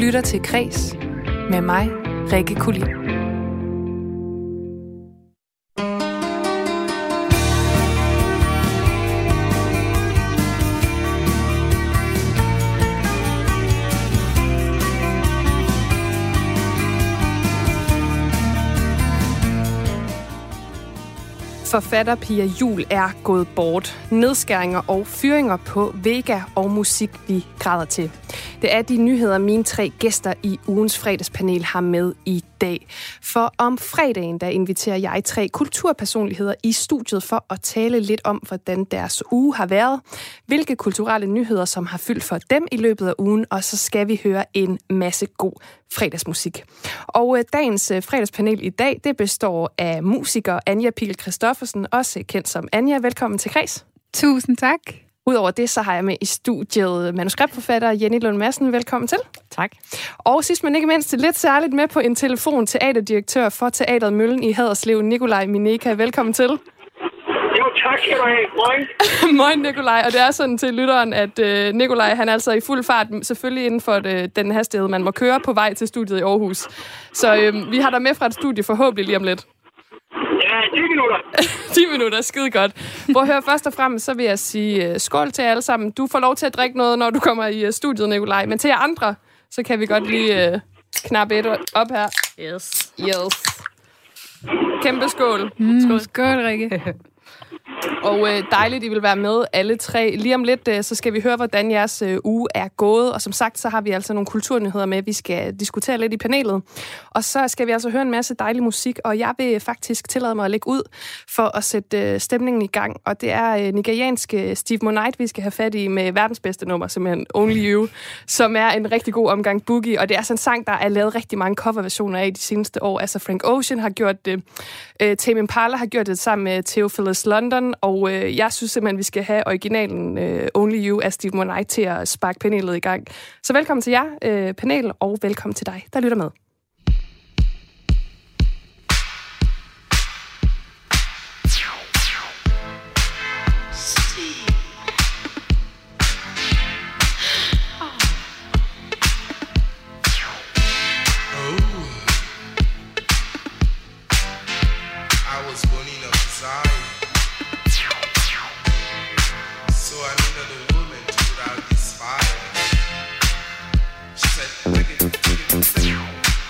lytter til Kres med mig, Rikke Kulin. Forfatter Pia Juul er gået bort. Nedskæringer og fyringer på Vega og musik, vi græder til. Det er de nyheder, mine 3 gæster i ugens fredagspanel har med i dag. For om fredagen, der inviterer jeg 3 kulturpersonligheder i studiet for at tale lidt om, hvordan deres uge har været, hvilke kulturelle nyheder, som har fyldt for dem i løbet af ugen, og så skal vi høre en masse god fredagsmusik. Og dagens fredagspanel i dag, det består af musiker Anja Pihl Christoffersen, også kendt som Anja. Velkommen til Kres. Tusind tak. Udover det, så har jeg med i studiet manuskriptforfatter Jenny Lund Madsen. Velkommen til. Tak. Og sidst men ikke mindst, lidt særligt med på en telefon, teaterdirektør for Teatret Møllen i Haderslev, Nikolaj Mineka. Velkommen til. Jo, tak skal du have. Moin. Moin, Nikolaj. Og det er sådan til lytteren, at Nikolaj, han er altså i fuld fart, selvfølgelig inden for den hastighed, man må køre på vej til studiet i Aarhus. Så vi har dig med fra et studie forhåbentlig lige om lidt. Ja, 10 minutter. 10 minutter, skide godt. Prøv at høre, først og fremmest, så vil jeg sige skål til jer alle sammen. Du får lov til at drikke noget, når du kommer i studiet, Nikolaj. Men til jer andre, så kan vi godt lige knappe et op her. Yes. Kæmpe skål. Skål, Rikke. Og dejligt, I vil være med alle 3. Lige om lidt, så skal vi høre, hvordan jeres uge er gået. Og som sagt, så har vi altså nogle kulturnyheder med, vi skal diskutere lidt i panelet. Og så skal vi altså høre en masse dejlig musik. Og jeg vil faktisk tillade mig at lægge ud for at sætte stemningen i gang. Og det er nigerianske Steve Monite, vi skal have fat i med verdens bedste nummer, simpelthen Only You, som er en rigtig god omgang boogie. Og det er sådan en sang, der er lavet rigtig mange coverversioner af de seneste år. Altså Frank Ocean har gjort det, Tame Impala har gjort det sammen med Theophilus London, og jeg synes simpelthen, vi skal have originalen Only You af Steve Monite til at sparke panelet i gang. Så velkommen til jer, panel, og velkommen til dig, der lytter med. She said,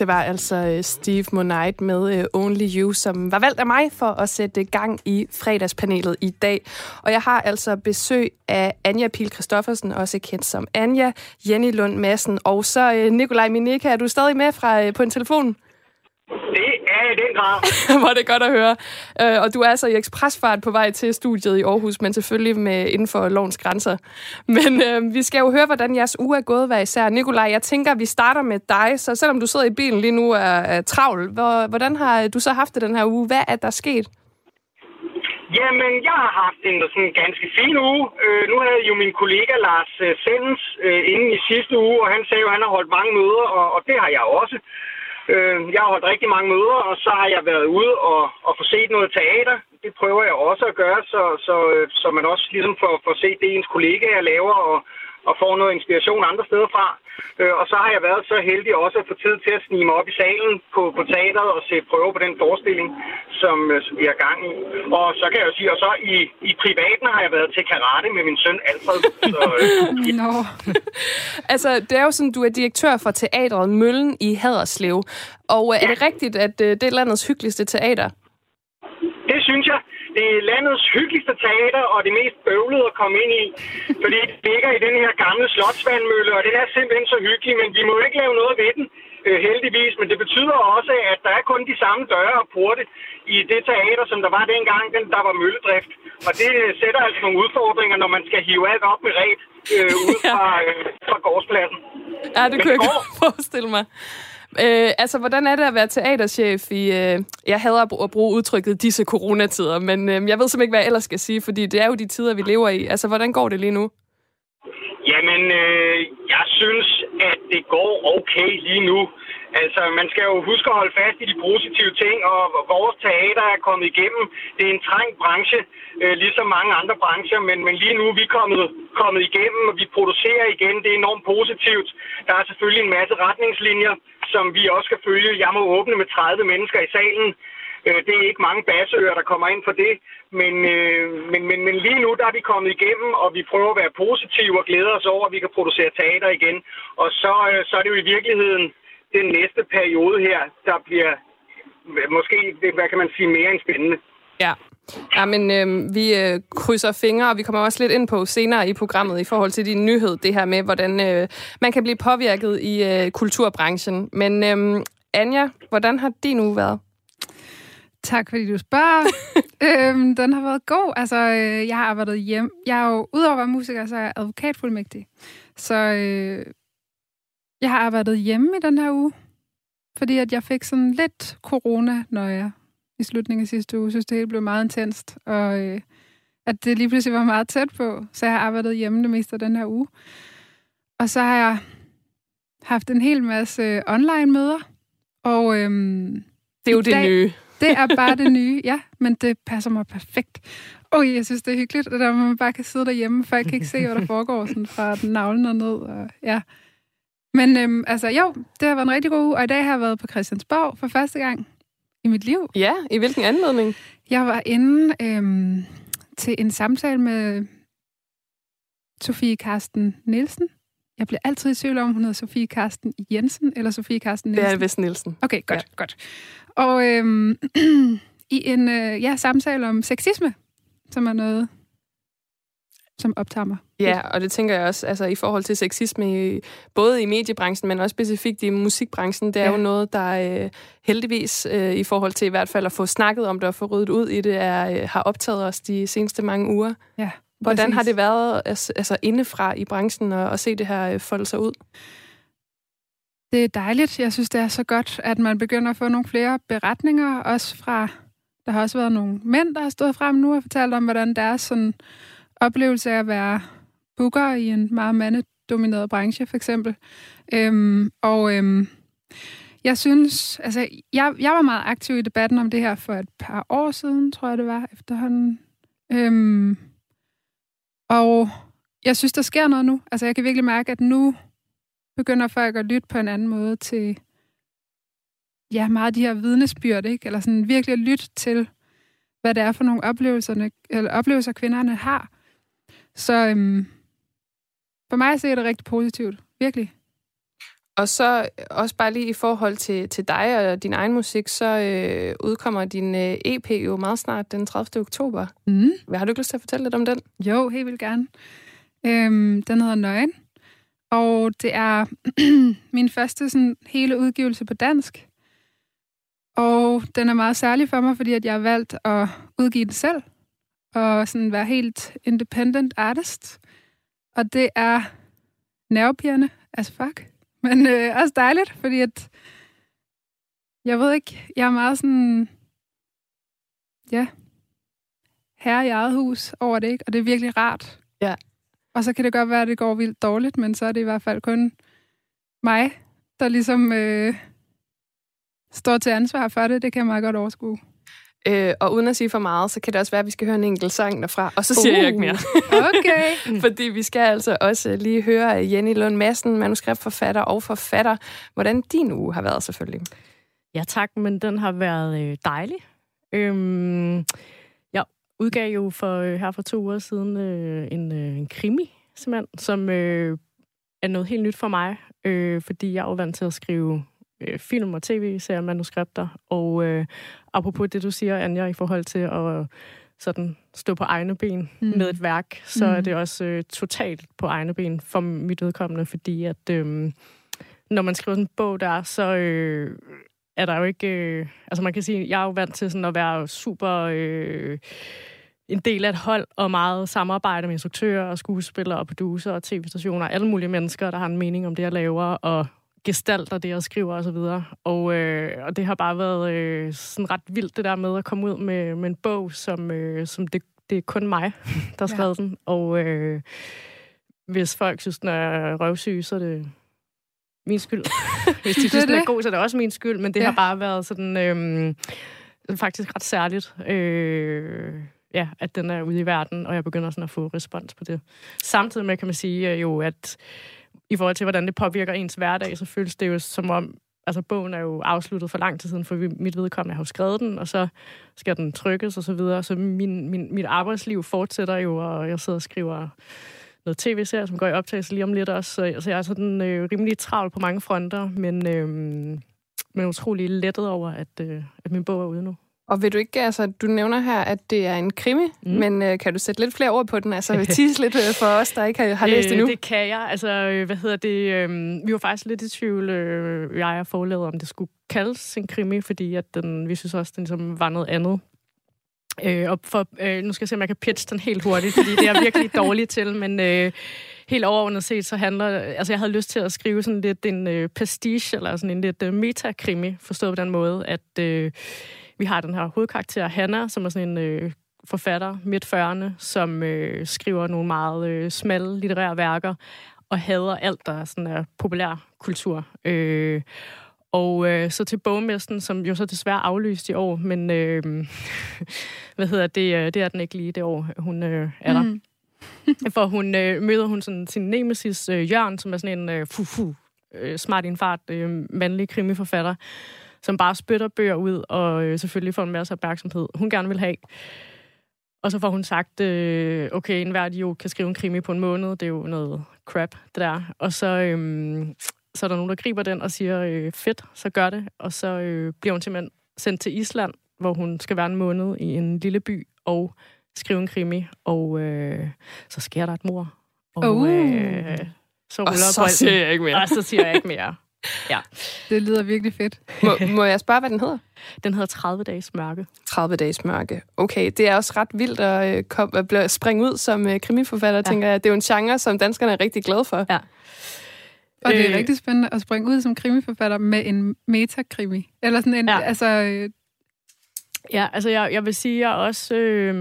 Det var altså Steve Monite med Only You, som var valgt af mig for at sætte gang i fredagspanelet i dag. Og jeg har altså besøg af Anja Pihl Christoffersen, også kendt som Anja, Jenny Lund Madsen, og så Nikolaj Minica. Er du stadig med på en telefon? Det er i den grad. Hvor det er godt at høre. Og du er altså i ekspresfart på vej til studiet i Aarhus, men selvfølgelig inden for lovens grænser. Men vi skal jo høre, hvordan jeres uge er gået hver især. Nikolaj, jeg tænker, vi starter med dig. Så selvom du sidder i bilen lige nu er travl, hvordan har du så haft det den her uge? Hvad er der sket? Jamen, jeg har haft en sådan ganske fin uge. Nu havde jo min kollega Lars Sendens inden i sidste uge, og han sagde jo, at han har holdt mange møder, og det har jeg også. Jeg har holdt rigtig mange møder, og så har jeg været ude og få set noget teater. Det prøver jeg også at gøre, så man også ligesom får set det, ens kollegaer laver, og får noget inspiration andre steder fra. Og så har jeg været så heldig også at få tid til at snige mig op i salen på teateret og se prøve på den forestilling, som vi har gang i. Og så kan jeg jo sige, og så i privaten har jeg været til karate med min søn Alfred. Nå. Altså, det er jo sådan, du er direktør for teatret Møllen i Haderslev. Og er det rigtigt, at det er landets hyggeligste teater? Det synes jeg. Det er landets hyggeligste teater, og det mest bøvlede at komme ind i. Fordi det ligger i den her gamle slotsvandmølle, og den er simpelthen så hyggelig, men vi må ikke lave noget ved den, heldigvis. Men det betyder også, at der er kun de samme døre og porte i det teater, som der var dengang, der var mølledrift. Og det sætter altså nogle udfordringer, når man skal hive alt op med ret ud fra gårdspladsen. Ja, det kunne jeg godt forestille mig. Altså, hvordan er det at være teaterchef i... jeg hader at bruge udtrykket disse coronatider, men jeg ved simpelthen ikke, hvad jeg ellers skal sige, fordi det er jo de tider, vi lever i. Altså, hvordan går det lige nu? Jamen, jeg synes, at det går okay lige nu. Altså, man skal jo huske at holde fast i de positive ting, og vores teater er kommet igennem. Det er en trængt branche, ligesom mange andre brancher, men lige nu er vi kommet igennem, og vi producerer igen. Det er enormt positivt. Der er selvfølgelig en masse retningslinjer, som vi også skal følge. Jeg må åbne med 30 mennesker i salen. Det er ikke mange basseører, der kommer ind for det. Men lige nu, der er vi kommet igennem, og vi prøver at være positive og glæder os over, at vi kan producere teater igen. Og så er det jo i virkeligheden den næste periode her, der bliver måske, hvad kan man sige, mere end spændende. Ja, men vi krydser fingre, og vi kommer også lidt ind på senere i programmet i forhold til din nyhed, det her med, hvordan man kan blive påvirket i kulturbranchen. Men Anja, hvordan har din uge været? Tak, fordi du spørger. Den har været god. Altså, jeg har arbejdet hjemme. Jeg er jo, udover at være musiker, så er jeg advokatfuldmægtig. Så jeg har arbejdet hjemme i den her uge, fordi at jeg fik sådan lidt corona-nøje i slutningen af sidste uge. Jeg synes, det hele blev meget intenst, og at det lige pludselig var meget tæt på. Så jeg har arbejdet hjemme det meste af den her uge. Og så har jeg haft en hel masse online-møder, og det er jo det nye. Det er bare det nye, ja, men det passer mig perfekt. Jeg synes, det er hyggeligt, at man bare kan sidde derhjemme, folk kan ikke se, hvad der foregår sådan fra den navlen og ned. Og, ja. Men altså, jo, det har været en rigtig god uge, og i dag har jeg været på Christiansborg for første gang i mit liv. Ja, i hvilken anledning? Jeg var inde til en samtale med Sofie Carsten Nielsen. Jeg bliver altid i tvivl om, hun hedder Sofie Carsten Jensen eller Sofie Carsten Nielsen. Det er vist Nielsen. Okay, godt. Og i en samtale om sexisme, som er noget, som optager mig. Ja, og det tænker jeg også, altså i forhold til sexisme, både i mediebranchen, men også specifikt i musikbranchen, det er jo noget, der heldigvis, i forhold til i hvert fald at få snakket om det og få ryddet ud i det, har optaget os de seneste mange uger. Ja. Hvordan har det været altså indefra i branchen at se det her folde sig ud? Det er dejligt. Jeg synes, det er så godt, at man begynder at få nogle flere beretninger, også fra, der har også været nogle mænd, der har stået frem nu og fortalt om, hvordan deres sådan oplevelse af at være booker i en meget mandedomineret branche, for eksempel. Jeg synes, altså, jeg var meget aktiv i debatten om det her for et par år siden, tror jeg det var, efterhånden. Og jeg synes, der sker noget nu. Altså, jeg kan virkelig mærke, at nu begynder folk at lytte på en anden måde til, ja, meget af de her vidnesbyrd, ikke? Eller sådan virkelig at lytte til, hvad det er for nogle oplevelser kvinderne har. Så for mig ser det rigtig positivt. Virkelig. Og så også bare lige i forhold til dig og din egen musik, så udkommer din EP jo meget snart den 30. oktober. Hvad har du ikke lyst til at fortælle lidt om den? Jo, helt vildt gerne. Den hedder Nøgen, og det er min første sådan, hele udgivelse på dansk. Og den er meget særlig for mig, fordi at jeg har valgt at udgive den selv, og sådan være helt independent artist. Og det er nervepirrende as fuck, men også dejligt, fordi at jeg ved ikke, jeg er meget sådan, ja, herre i eget hus over det, ikke? Og det er virkelig rart. Ja. Og så kan det godt være, at det går vildt dårligt, men så er det i hvert fald kun mig, der ligesom står til ansvar for det. Det kan jeg meget godt overskue. Og uden at sige for meget, så kan det også være, at vi skal høre en enkelt sang derfra, og så siger jeg ikke mere. Okay. Fordi vi skal altså også lige høre Jenny Lund Madsen, manuskriptforfatter og forfatter, hvordan din uge har været selvfølgelig. Ja tak, men den har været dejlig. Jeg udgav jo her for 2 uger siden en krimi, simpelthen, som er noget helt nyt for mig, fordi jeg er jo vant til at skrive film- og tv-serier, manuskripter, og apropos det, du siger, Anja, i forhold til at sådan stå på egne ben med et værk, så er det også totalt på egne ben for mit vedkommende, fordi at når man skriver sådan en bog der, så er der jo ikke... altså man kan sige, jeg er jo vant til sådan at være super... en del af et hold og meget samarbejde med instruktører og skuespillere og producer og tv-stationer, alle mulige mennesker, der har en mening om det, jeg laver, og gestalter det, jeg skriver og så videre. Og det har bare været sådan ret vildt, det der med at komme ud med en bog, som det er kun mig, der har skrevet den. Og hvis folk synes, den er røvsyg, så er det min skyld. Hvis de synes, den er god, så er det også min skyld. Men det har bare været sådan faktisk ret særligt, at den er ude i verden, og jeg begynder sådan at få respons på det. Samtidig med, kan man sige jo, at i forhold til, hvordan det påvirker ens hverdag, så føles det jo som om, altså bogen er jo afsluttet for lang tid siden, for mit vedkommende har jo skrevet den, og så skal den trykkes og så videre. Så mit arbejdsliv fortsætter jo, og jeg sidder og skriver noget tv-serie, som går i optagelse lige om lidt også. Så jeg er sådan rimelig travl på mange fronter, men utrolig lettet over, at min bog er ude nu. Og vil du ikke, altså du nævner her, at det er en krimi, men kan du sætte lidt flere ord på den? Altså tease lidt for os, der ikke har læst det nu. Det kan jeg. Altså, vi var faktisk lidt i tvivl, jeg og forlaget, om det skulle kaldes en krimi, fordi at vi synes også, at den ligesom var noget andet. Nu skal jeg se, om jeg kan pitche den helt hurtigt, fordi det er virkelig dårligt til, men helt overordnet set, så handler... Altså, jeg havde lyst til at skrive sådan lidt en pastiche, eller sådan en lidt metakrimi, forstået på den måde, at vi har den her hovedkarakter, Hanna, som er sådan en forfatter, midt-40'erne, som skriver nogle meget smalle litterære værker, og hader alt, der sådan er populær kultur. Så til bogmessen, som jo så desværre aflyst i år, men det er den ikke lige det år, hun er der. For hun møder hun sådan sin nemesis Jørgen, som er sådan en smart i en fart mandlig krimiforfatter, som bare spytter bøger ud, og selvfølgelig får en masse opmærksomhed, hun gerne vil have. Og så får hun sagt, okay, enhver idiot kan skrive en krimi på en måned, det er jo noget crap, det der. Og så er der nogen, der griber den og siger, fedt, så gør det. Og så bliver hun simpelthen sendt til Island, hvor hun skal være en måned i en lille by og skrive en krimi. Og så sker der et mord. Og så siger jeg ikke mere. Og så siger jeg ikke mere. Ja. Det lyder virkelig fedt. Må jeg spørge, hvad den hedder? Den hedder 30 dages mørke. 30 dages mørke. Okay, det er også ret vildt at springe ud som krimiforfatter, tænker jeg. Det er jo en genre, som danskerne er rigtig glade for. Ja. Og det er rigtig spændende at springe ud som krimiforfatter med en metakrimi. Eller sådan en, Ja, altså jeg vil sige, jeg også,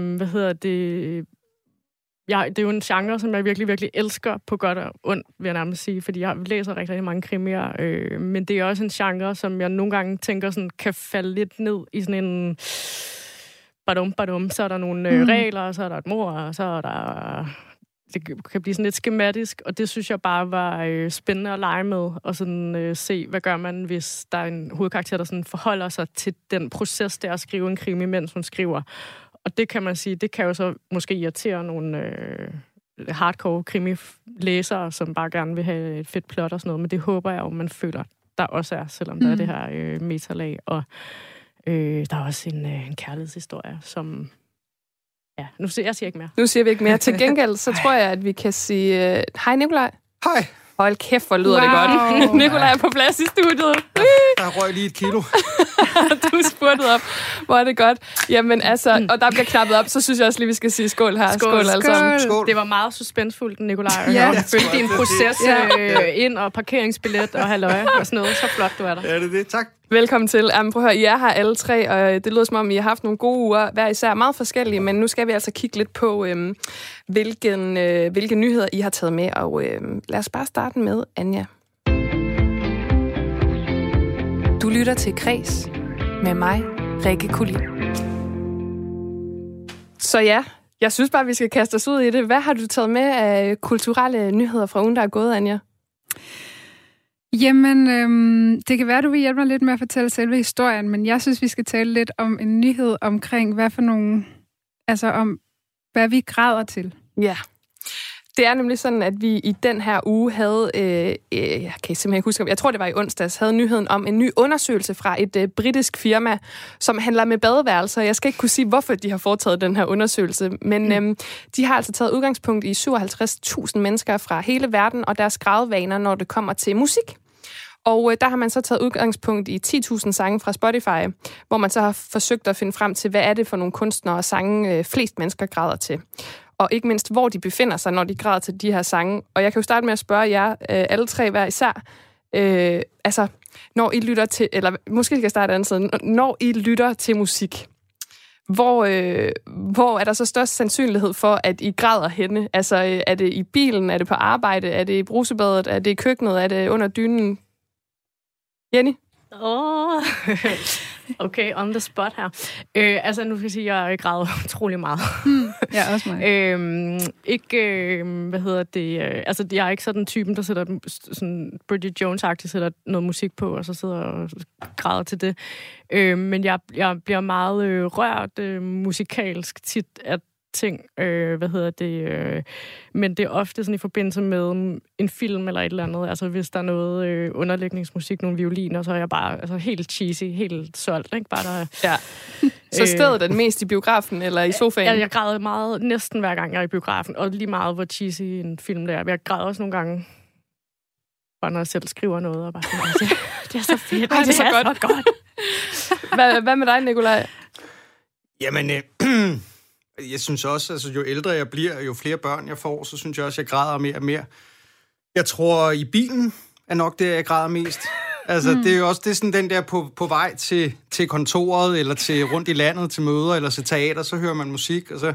det er jo en genre, som jeg virkelig, virkelig elsker på godt og ondt, vil jeg nærmest sige, fordi jeg læser rigtig, rigtig mange krimier, men det er også en genre, som jeg nogle gange tænker sådan, kan falde lidt ned i sådan en badum, så er der nogle regler, så er der et mord, og så er der... Det kan blive sådan lidt skematisk, og det synes jeg bare var spændende at lege med, og sådan se, hvad gør man, hvis der er en hovedkarakter, der sådan forholder sig til den proces, der at skrive en krimi, mens hun skriver. Og det kan man sige, det kan jo så måske irritere nogle hardcore krimi-læsere, som bare gerne vil have et fedt plot og sådan noget, men det håber jeg jo, man føler, der også er, selvom der er det her metalag, og der er også en kærlighedshistorie, som... Ja, jeg siger ikke mere. Nu siger vi ikke mere. Til gengæld, så tror jeg, at vi kan sige... Hej, Nikolaj. Hej. Hold kæft, hvor lyder det godt. Nikolaj er på plads i studiet. Der røg lige 1 kilo. Du spurgte op. Hvor er det godt. Jamen altså, og der bliver knappet op, så synes jeg også lige, vi skal sige skål her. Skål alle sammen. Skål. Det var meget suspensfuldt, Nikolaj. Ja. Følte din proces ind, og parkeringsbillet og halløj og sådan noget. Så flot, du er der. Ja, det. Tak. Velkommen til. Prøv at høre, I er her alle tre, og det lyder som om, I har haft nogle gode uger, hver især meget forskellige, men nu skal vi altså kigge lidt på, hvilke nyheder I har taget med, og lad os bare starte med Anja. Du lytter til Kres med mig, Rikke Kulin. Så ja, jeg synes bare, vi skal kaste os ud i det. Hvad har du taget med af kulturelle nyheder fra ugen, der er gået, Anja? Jamen, det kan være, du vil hjælpe mig lidt med at fortælle selve historien, men jeg synes, vi skal tale lidt om en nyhed omkring, hvad for nogle... Altså om, hvad vi græder til. Ja. Det er nemlig sådan, at vi i den her uge havde, jeg kan simpelthen ikke huske, jeg tror det var i onsdags, havde nyheden om en ny undersøgelse fra et britisk firma, som handler med badeværelser. Jeg skal ikke kunne sige, hvorfor de har foretaget den her undersøgelse, men de har altså taget udgangspunkt i 57.000 mennesker fra hele verden og deres grædevaner, når det kommer til musik. Og der har man så taget udgangspunkt i 10.000 sange fra Spotify, hvor man så har forsøgt at finde frem til, hvad er det for nogle kunstnere og sange flest mennesker græder til. Og ikke mindst, hvor de befinder sig, når de græder til de her sange. Og jeg kan jo starte med at spørge jer, alle tre hver især, altså, når I lytter til, eller måske skal jeg starte andet sted, når I lytter til musik, hvor er der så størst sandsynlighed for, at I græder henne? Altså, er det i bilen, er det på arbejde, er det i brusebadet, er det i køkkenet, er det under dynen? Jenny? Okay, on the spot her. Altså, nu skal jeg sige, at jeg græder utrolig meget. Ja, også mig. Altså, jeg er ikke sådan typen, der sætter sådan Bridget Jones-agtigt, sætter noget musik på, og så sidder og græder til det. Men jeg bliver meget rørt musikalsk tit af ting, men det er ofte sådan i forbindelse med en film eller et eller andet, altså hvis der er noget underlægningsmusik, nogle violiner, så er jeg bare helt cheesy, helt solgt, ikke? Bare der... Ja. Så stedet er det mest i biografen eller i sofaen? Jeg græder meget næsten hver gang, jeg er i biografen, og lige meget, hvor cheesy en film der er. Jeg græder også nogle gange, bare når jeg selv skriver noget, og bare det er så fedt. Ej, det er så godt. Hvad med dig, Nikolaj? Jamen, jeg synes også, altså jo ældre jeg bliver, jo flere børn jeg får, så synes jeg også, jeg græder mere og mere. Jeg tror, i bilen er nok det, jeg græder mest. Altså, det er jo også det er sådan den der på vej til kontoret, eller til rundt i landet, til møder, eller til teater, så hører man musik, og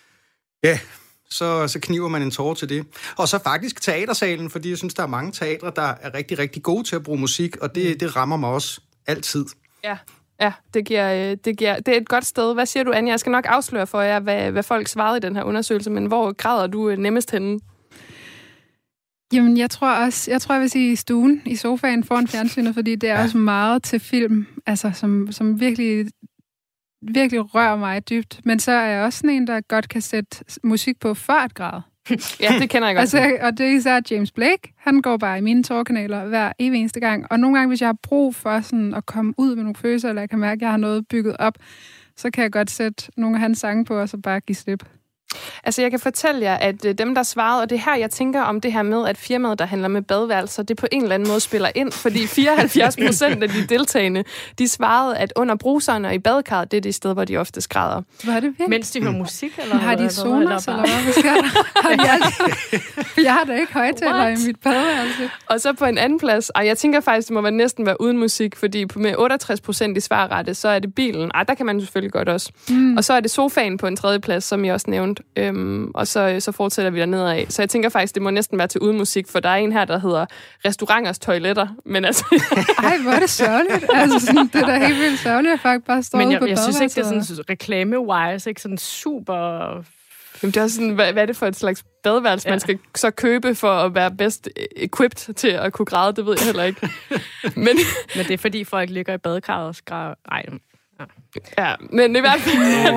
så kniver man en tåre til det. Og så faktisk teatersalen, fordi jeg synes, der er mange teatre, der er rigtig, rigtig gode til at bruge musik, og det rammer mig også altid. Ja, det er et godt sted. Hvad siger du, Anja? Jeg skal nok afsløre for jer, hvad folk svarede i den her undersøgelse, men hvor græder du nemmest henne? Jamen, jeg tror, jeg vil sige i stuen, i sofaen foran fjernsynet, fordi det er også meget til film, altså som virkelig, virkelig rører mig dybt. Men så er jeg også sådan en, der godt kan sætte musik på for at græde. Ja, det kender jeg godt. Altså, og det er især James Blake. Han går bare i mine tårkanaler hver evig eneste gang. Og nogle gange, hvis jeg har brug for sådan at komme ud med nogle følelser, eller jeg kan mærke, at jeg har noget bygget op, så kan jeg godt sætte nogle af hans sange på, og så bare give slip. Altså, jeg kan fortælle jer, at dem, der svarede, og det her, jeg tænker om det her med, at firmaet, der handler med badeværelser, det på en eller anden måde spiller ind, fordi 74% af de deltagende, de svarede, at under bruseren og i badekarret, det er det sted, hvor de ofte græder. Hvor er det vildt? Mens de hører musik, eller har de Sonos, eller hvad sker der? Jeg har da ikke højtaler i mit badeværelse. Og så på en anden plads, og jeg tænker faktisk, det må næsten være uden musik, fordi med 68% i svarrette, så er det bilen. Der kan man selvfølgelig godt også. Og så er det sofaen på en tredje plads, som jeg også nævnte. Og så fortsætter vi dernede af. Så jeg tænker faktisk, det må næsten være til uden musik, for der er en her, der hedder restauranters toiletter. Men altså... Ej, hvor er det sørgeligt. Altså, sådan, det er da helt vildt sørgeligt, at folk bare står ude på jeg synes ikke, det er sådan reklame-wise, ikke sådan super... Jamen, det er sådan, hvad er det for et slags badeværelse, man skal så købe for at være bedst equipped til at kunne græde? Det ved jeg heller ikke. Men det er fordi, folk ligger i badekarret og græder. Ja, men i hvert fald...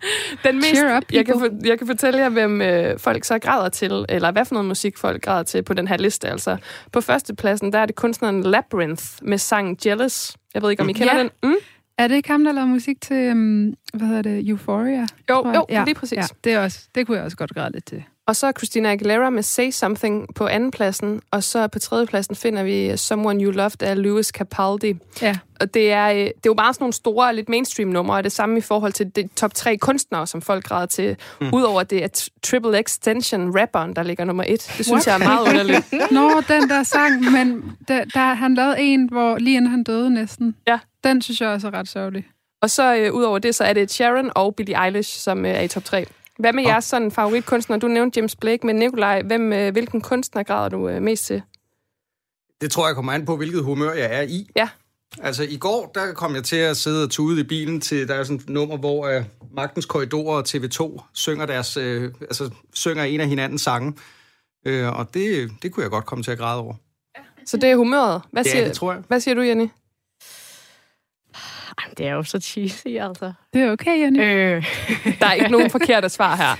Den mest, Cheer up, jeg kan fortælle jer, hvem folk så græder til, eller hvad for noget musik folk græder til på den her liste. Altså, på førstepladsen, der er det kunstneren Labyrinth med sangen Jealous. Jeg ved ikke, om I kender den? Mm? Er det ikke ham, der lavede musik til, Euphoria? Jo, ja. lige præcis. Ja, det kunne jeg også godt græde lidt til. Og så Christina Aguilera med Say Something på andenpladsen, og så på tredjepladsen finder vi Someone You Loved af Lewis Capaldi. Ja. Og det er jo bare sådan nogle store, lidt mainstream numre, og det samme i forhold til de top 3 kunstnere, som folk græder til. Udover det er Triple X Tension, rapperen, der ligger nummer 1. Det synes jeg er meget underligt. Nå, den der sang, men der han lavede en, hvor lige inden han døde næsten. Ja. Den synes jeg også er ret sørgelig. Og så udover det, så er det Sharon og Billie Eilish, som er i top 3. Hvad med jeres sådan favoritkunstner? Du nævnte James Blake, men Nikolaj, hvilken kunstner græder du mest til? Det tror jeg kommer an på, hvilket humør jeg er i. Ja. Altså, i går, der kom jeg til at sidde og tude i bilen til, der er sådan et nummer, hvor Magtens Korridorer og TV2 synger en af hinandens sange. Og det kunne jeg godt komme til at græde over. Så det er humøret. Det tror jeg. Hvad siger du, Jenny? Det er jo så cheesy, altså. Det er okay, Jenny. Der er ikke nogen forkerte svar her.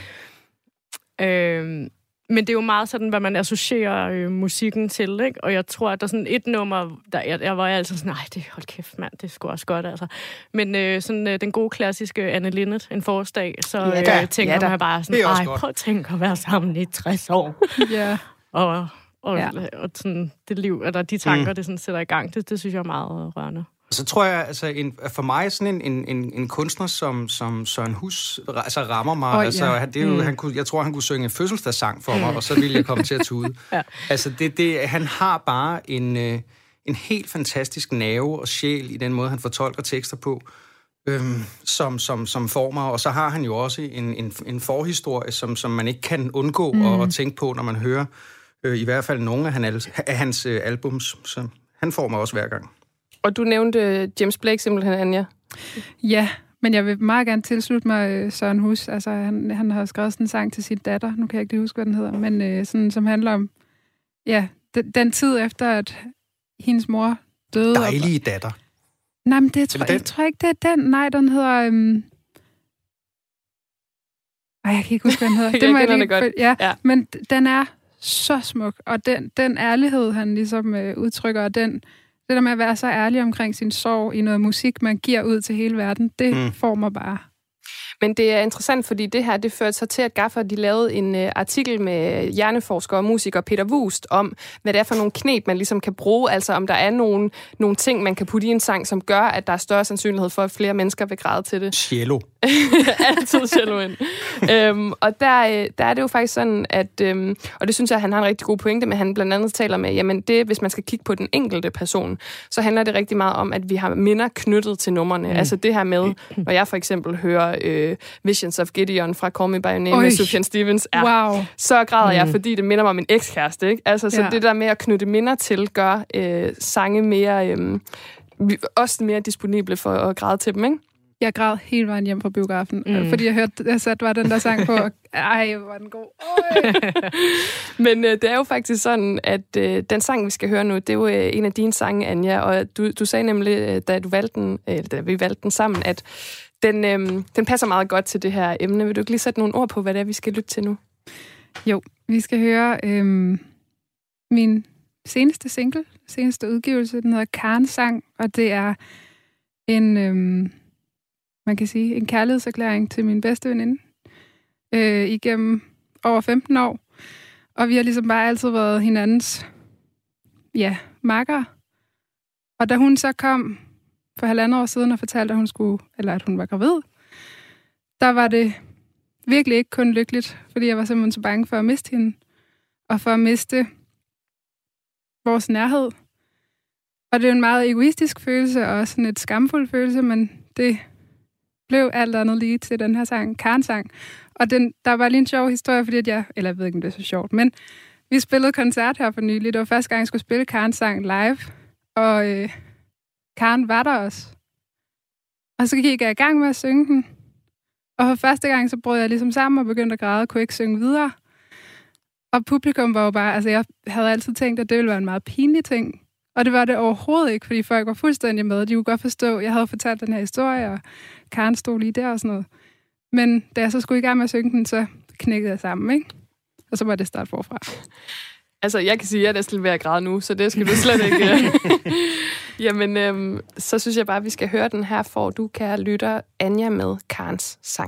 Men det er jo meget sådan, hvad man associerer musikken til, ikke? Og jeg tror, at der er sådan et nummer, der jeg var altid sådan, nej, hold kæft, mand, det er sgu også godt, altså. Men sådan den gode klassiske Anne Linnet, En forårsdag, så tænker man bare sådan, prøv at tænke at være sammen i 60 år. Ja. Og sådan det liv, eller de tanker, det sådan sætter i gang, det synes jeg er meget rørende. Så tror jeg, altså for mig sådan en kunstner som Søren Hus rammer mig. Det er jo, jeg tror, han kunne synge en fødselsdagssang for mig, og så ville jeg komme til at tude. Ja. Altså han har bare en helt fantastisk nerve og sjæl i den måde, han fortolker tekster på, som former. Og så har han jo også en forhistorie, som man ikke kan undgå at tænke på, når man hører i hvert fald nogle af hans albums. Så han former også hver gang. Og du nævnte James Blake simpelthen, Anja. Ja, men jeg vil meget gerne tilslutte mig Søren Hus. Altså, han har skrevet sådan en sang til sin datter. Nu kan jeg ikke huske, hvad den hedder. Men sådan, som handler om den tid efter, at hendes mor døde. Dejlige datter. Nej, men jeg tror ikke, det er den. Nej, den hedder... jeg kan ikke huske, hvad den hedder. Det må jeg lige... godt. Ja, men den er så smuk. Og den ærlighed, han ligesom udtrykker, og det der med at være så ærlig omkring sin sorg i noget musik, man giver ud til hele verden, det former bare. Men det er interessant, fordi det her, det førte sig til, at Gaffer, de lavede en artikel med hjerneforsker og musiker Peter Wust om, hvad det er for nogle knep, man ligesom kan bruge, altså om der er nogle ting, man kan putte i en sang, som gør, at der er større sandsynlighed for, at flere mennesker vil græde til det. Cello. Altid cello ind. Og der er det jo faktisk sådan, at, og det synes jeg, han har en rigtig god pointe, men han blandt andet taler med, jamen det, hvis man skal kigge på den enkelte person, så handler det rigtig meget om, at vi har minder knyttet til numrene. Altså det her med, når jeg for eksempel hører Visions of Gideon fra Call Me By Your Name med Sufjan Stevens, så græder jeg, fordi det minder mig om en ekskæreste, ikke? Altså, så det der med at knytte minder til, gør sange mere, også mere disponible for at græde til dem, ikke? Jeg græd hele vejen hjem fra biografen, fordi jeg satte den der sang på, og ej, hvor var den god. Men det er jo faktisk sådan, at den sang, vi skal høre nu, det er jo en af dine sange, Anja, og du sagde nemlig, da vi valgte den sammen, at den passer meget godt til det her emne. Vil du ikke lige sætte nogle ord på, hvad det er, vi skal lytte til nu? Jo, vi skal høre min seneste udgivelse. Den hedder Karen Sang, og det er en, man kan sige, en kærlighedserklæring til min bedste veninde igennem over 15 år. Og vi har ligesom bare altid været hinandens, makker. Og da hun så kom for 1,5 år siden og fortalte, at hun var gravid, der var det virkelig ikke kun lykkeligt, fordi jeg var simpelthen så bange for at miste hende, og for at miste vores nærhed. Og det er en meget egoistisk følelse, og også en et skamfuld følelse, men det blev alt andet lige til den her sang, Karen Sang. Og der var lige en sjov historie, fordi jeg ved ikke, om det er så sjovt, men vi spillede koncert her for nylig. Det var første gang, jeg skulle spille Karen Sang live, og Karen var der også. Og så gik jeg i gang med at synge den. Og for første gang, så brød jeg ligesom sammen og begyndte at græde og kunne ikke synge videre. Og publikum var jo bare, altså jeg havde altid tænkt, at det ville være en meget pinlig ting. Og det var det overhovedet ikke, fordi folk var fuldstændig med. De kunne godt forstå, jeg havde fortalt den her historie, og Karen stod lige der og sådan noget. Men da jeg så skulle i gang med at synge den, så knækkede jeg sammen, ikke? Og så var det start forfra. Altså, jeg kan sige, at jeg er næsten ved at græde nu, så det skal du slet ikke... Jamen, så synes jeg bare, at vi skal høre den her, for du, kære lytter, Anja med Karens sang.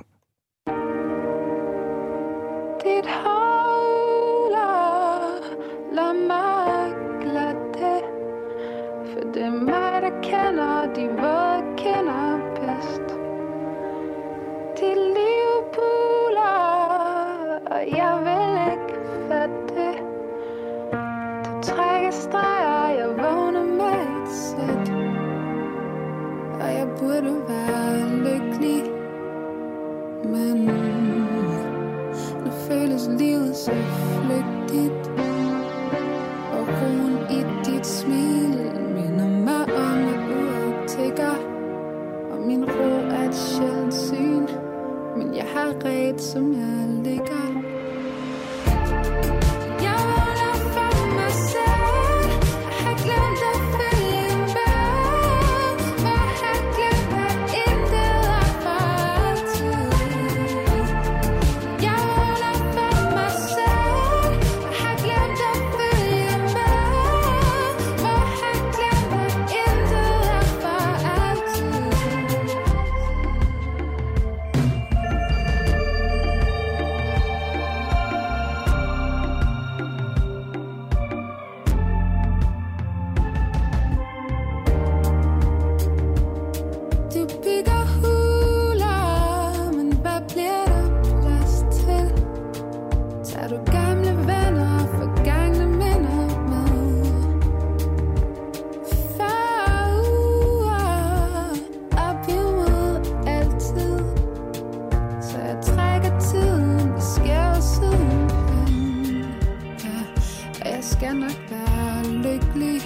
Dit havler, lad mig glatte, for det er mig, der kender de våde kender bedst. Dit liv buler, og jeg vil ikke fatte. Du trækker streger, jeg vågner med et sæt. Og jeg burde være lykkelig, men nu føles livet så flygtigt. Og roen i dit smil minder mig om et uoptækker. Og min ro er et sjældent syn, men jeg har ret, som jeg ligger. Jeg vågner for mig selv, har glemt at følge med. Og har glemt, at intet er for altid. Jeg vågner for mig selv, har glemt at følge med. Og har glemt, at intet er for altid. Du bygger huler, men hvad bliver der plads til? Tager du gamle venner og forgangne minder med? Farer op imod altid, så jeg trækker tiden i skæve sidenpind. Ja, og jeg skal nok være lykkelig.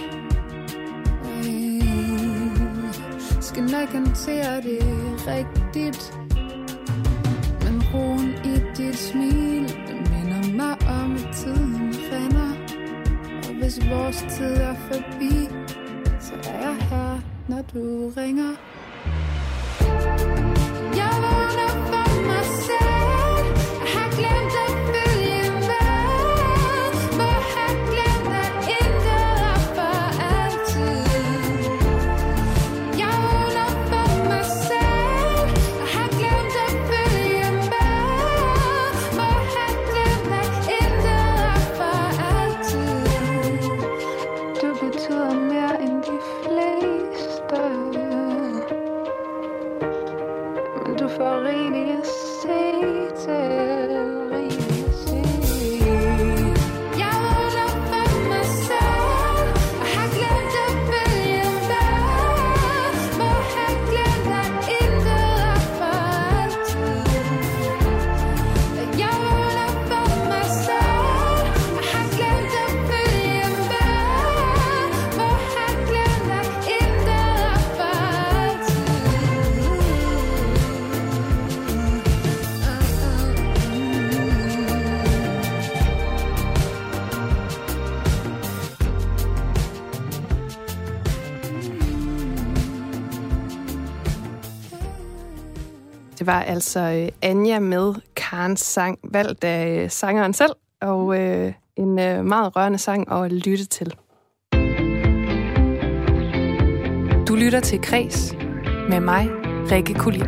Skal nok håndtere det rigtigt. Men roen i dit smil, det minder mig om, at tiden render. Og hvis vores tid er forbi, så er jeg her, når du ringer. Jeg vågner for mig selv, har glemt at følge med. Hvor har glemt, at intet er for altid. Jeg vågner for mig selv, har glemt at følge med. Hvor har glemt, at intet er for altid. Du betyder mere end de fleste, men du får rigeligt at se til, rigeligt at se. Jeg vågner for mig selv, har glemt at følge med. Hvor har glemt, at intet er for altid. Jeg vågner for mig selv, har glemt at følge med. Hvor har glemt, at intet er for altid. Det var altså Anja med Karens sang, valgt af sangeren selv, og en meget rørende sang at lytte til. Du lytter til Kreds med mig, Rikke Kulin.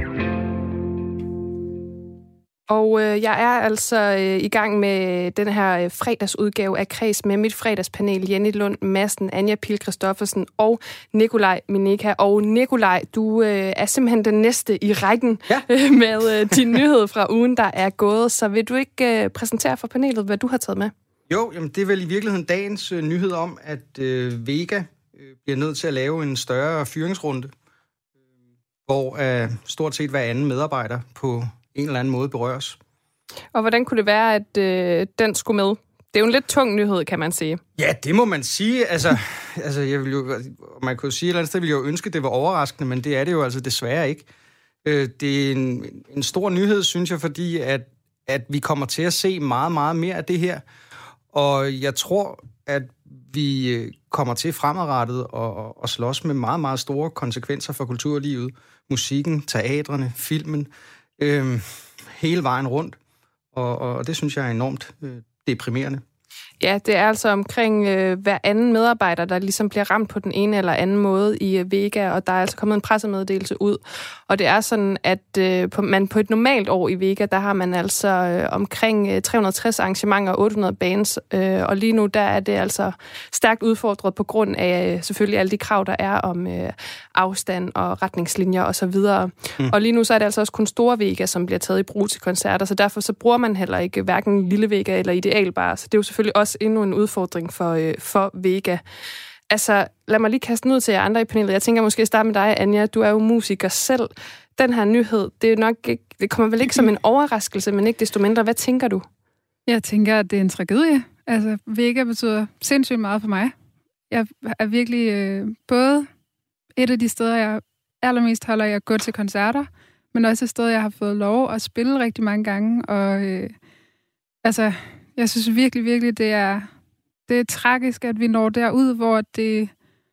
Og jeg er altså i gang med den her fredagsudgave af Kreds med mit fredagspanel, Jenny Lund Madsen, Anja Pihl Christoffersen og Nikolaj Minika. Og Nikolaj, du er simpelthen den næste i rækken med din nyhed fra ugen, der er gået. Så vil du ikke præsentere for panelet, hvad du har taget med? Jo, jamen det er vel i virkeligheden dagens nyhed om, at Vega bliver nødt til at lave en større fyringsrunde, hvor stort set hver anden medarbejder på en eller anden måde berøres. Og hvordan kunne det være, at den skulle med? Det er jo en lidt tung nyhed, kan man sige. Ja, det må man sige. Altså jeg vil jo, man kan jo sige et eller andet sted, vil jeg jo ønske, at det var overraskende, men det er det jo altså desværre ikke. Det er en stor nyhed, synes jeg, fordi at vi kommer til at se meget, meget mere af det her. Og jeg tror, at vi kommer til fremadrettet og slås med meget, meget store konsekvenser for kulturlivet, musikken, teatrene, filmen. hele vejen rundt, og det synes jeg er enormt deprimerende. Ja, det er altså omkring hver anden medarbejder, der ligesom bliver ramt på den ene eller anden måde i Vega, og der er altså kommet en pressemeddelelse ud. Og det er sådan, at man på et normalt år i Vega, der har man altså omkring 360 arrangementer og 800 bands, og lige nu der er det altså stærkt udfordret på grund af selvfølgelig alle de krav, der er om afstand og retningslinjer osv. Og lige nu så er det altså også kun store Vega, som bliver taget i brug til koncerter, så derfor så bruger man heller ikke hverken lille Vega eller Idealbar, så det er jo selvfølgelig også endnu en udfordring for Vega. Altså, lad mig lige kaste den ud til jer andre i panelet. Jeg tænker måske at starte med dig, Anja. Du er jo musiker selv. Den her nyhed, det er nok ikke, det kommer vel ikke som en overraskelse, men ikke desto mindre. Hvad tænker du? Jeg tænker, at det er en tragedie. Altså, Vega betyder sindssygt meget for mig. Jeg er virkelig både et af de steder, jeg allermest holder af at gå til koncerter, men også et sted, jeg har fået lov at spille rigtig mange gange. Og altså, jeg synes virkelig, virkelig, det er tragisk, at vi når derud, hvor det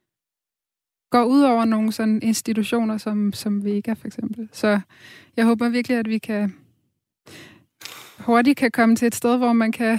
går ud over nogle sådan institutioner som Vega for eksempel. Så jeg håber virkelig, at vi hurtigt kan komme til et sted, hvor man kan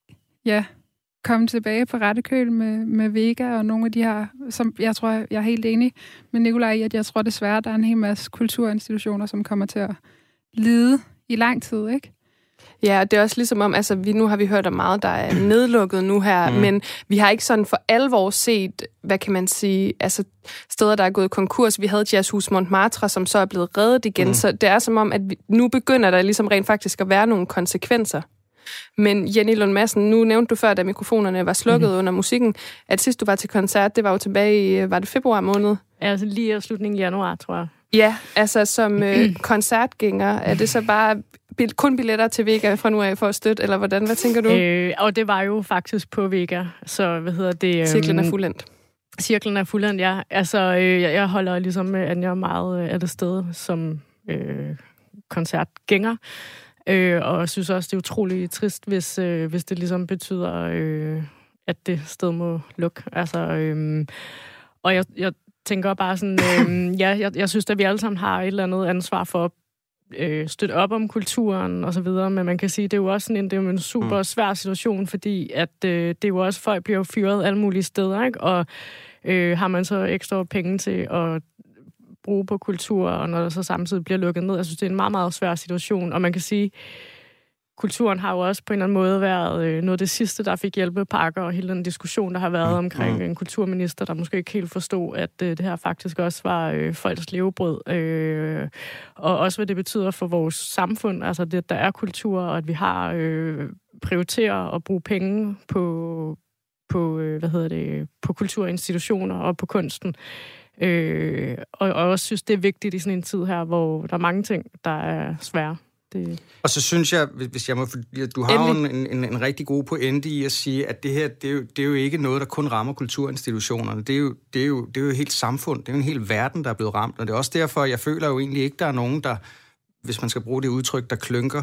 komme tilbage på rette køl med Vega og nogle af de her, som jeg tror, jeg er helt enig med Nikolaj i, at jeg tror desværre, der er en hel masse kulturinstitutioner, som kommer til at lide i lang tid, ikke? Ja, og det er også ligesom om, altså nu har vi hørt om meget, der er nedlukket nu her, men vi har ikke sådan for alvor set, hvad kan man sige, altså steder, der er gået konkurs. Vi havde Jazzhus Montmartre, som så er blevet reddet igen, så det er som om, at nu begynder der ligesom rent faktisk at være nogle konsekvenser. Men Jenny Lund Madsen, nu nævnte du før, da mikrofonerne var slukket under musikken, at sidst du var til koncert, det var jo tilbage i, var det februar måned? Altså lige i slutningen af januar, tror jeg. Ja, altså som koncertgænger, er det så bare kun billetter til Vega fra nu af for at støtte, eller hvordan? Hvad tænker du? Og det var jo faktisk på Vega, så hvad hedder det? Cirklen er fuldendt. Cirklen er fuldendt, ja. Altså, jeg holder ligesom med Anja meget af det sted som koncertgænger, og jeg synes også, det er utroligt trist, hvis det ligesom betyder, at det sted må lukke. Altså, og jeg tænker bare sådan, jeg synes, at vi alle sammen har et eller andet ansvar for at støtte op om kulturen og så videre, men man kan sige, det er jo også en super svær situation, fordi at det er jo også, folk bliver fyret alle mulige steder, ikke? Og har man så ekstra penge til at bruge på kultur, og når der så samtidig bliver lukket ned, jeg synes, det er en meget, meget svær situation, og man kan sige, kulturen har jo også på en eller anden måde været noget af det sidste, der fik hjælpepakker, og hele den diskussion, der har været omkring en kulturminister, der måske ikke helt forstod, at det her faktisk også var folks levebrød. Og også hvad det betyder for vores samfund, altså det, der er kultur, og at vi har prioriterer at bruge penge på kulturinstitutioner og på kunsten. Og også synes, det er vigtigt i sådan en tid her, hvor der er mange ting, der er svære. Det. Og så synes jeg, hvis jeg må, du har jo en rigtig god pointe i at sige, at det her, det er jo ikke noget, der kun rammer kulturinstitutionerne. Det er jo et helt samfund, det er jo en hel verden, der er blevet ramt, og det er også derfor, jeg føler jo egentlig ikke, der er nogen, der, hvis man skal bruge det udtryk, der klynker,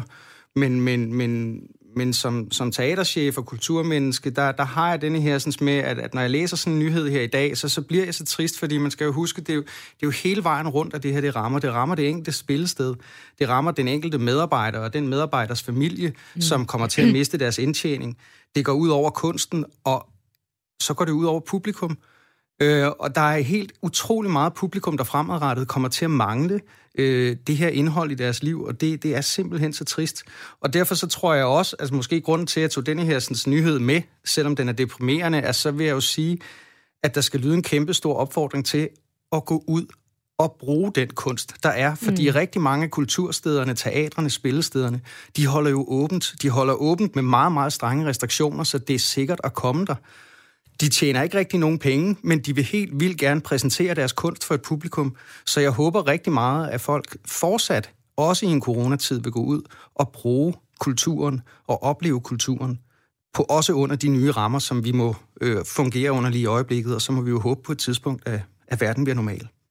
men som teaterchef og kulturmenneske, der har jeg denne her sådan med, at når jeg læser sådan en nyhed her i dag, så bliver jeg så trist, fordi man skal jo huske, det er jo hele vejen rundt, at det her det rammer det enkelte spillested. Det rammer den enkelte medarbejder og den medarbejders familie, som kommer til at miste deres indtjening. Det går ud over kunsten, og så går det ud over publikum. Og der er helt utrolig meget publikum, der fremadrettet kommer til at mangle det her indhold i deres liv, og det er simpelthen så trist. Og derfor så tror jeg også, altså måske grunden til, at jeg tog denne her sådan, nyhed med, selvom den er deprimerende, altså, så vil jeg jo sige, at der skal lyde en kæmpe stor opfordring til at gå ud og bruge den kunst, der er. Fordi rigtig mange af kulturstederne, teatrene, spillestederne, de holder jo åbent. De holder åbent med meget, meget strenge restriktioner, så det er sikkert at komme der. De tjener ikke rigtig nogen penge, men de vil helt vildt gerne præsentere deres kunst for et publikum. Så jeg håber rigtig meget, at folk fortsat, også i en coronatid, vil gå ud og bruge kulturen og opleve kulturen, også under de nye rammer, som vi må fungere under lige i øjeblikket, og så må vi jo håbe på et tidspunkt, at verden bliver normal.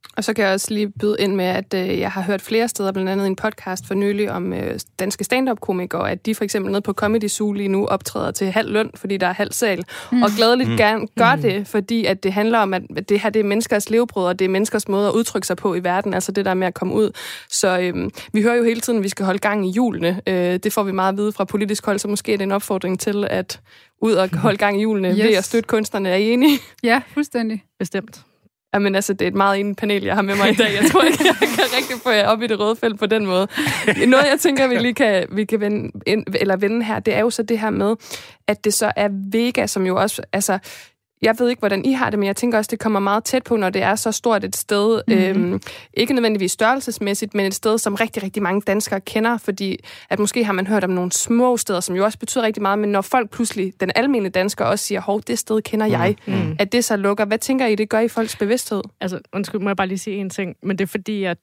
Og så kan jeg også lige byde ind med, at jeg har hørt flere steder, blandt andet en podcast for nylig om danske stand-up-komikere, at de for eksempel nede på Comedy Zoo lige nu optræder til halv løn, fordi der er halv sal, og gladeligt gerne gør det, fordi at det handler om, at det her det er menneskers levebrød, og det er menneskers måde at udtrykke sig på i verden, altså det der med at komme ud. Så vi hører jo hele tiden, at vi skal holde gang i hjulene. Det får vi meget at vide fra politisk hold, så måske er det en opfordring til at ud og holde gang i hjulene ved at støtte kunstnerne. Er I enige? Ja, fuldstændig. Bestemt. Jamen altså, det er et meget enigt panel, jeg har med mig i dag. Jeg tror ikke, jeg kan rigtig få jer op i det røde felt på den måde. Noget, jeg tænker, vi kan vende her, det er jo så det her med, at det så er Vega, som jo også, altså, jeg ved ikke, hvordan I har det, men jeg tænker også, det kommer meget tæt på, når det er så stort et sted. Ikke nødvendigvis størrelsesmæssigt, men et sted, som rigtig, rigtig mange danskere kender, fordi at måske har man hørt om nogle små steder, som jo også betyder rigtig meget, men når folk pludselig, den almindelige dansker, også siger, hov, det sted kender jeg, at det så lukker. Hvad tænker I, det gør i folks bevidsthed? Altså, undskyld, må jeg bare lige sige en ting, men det er fordi, at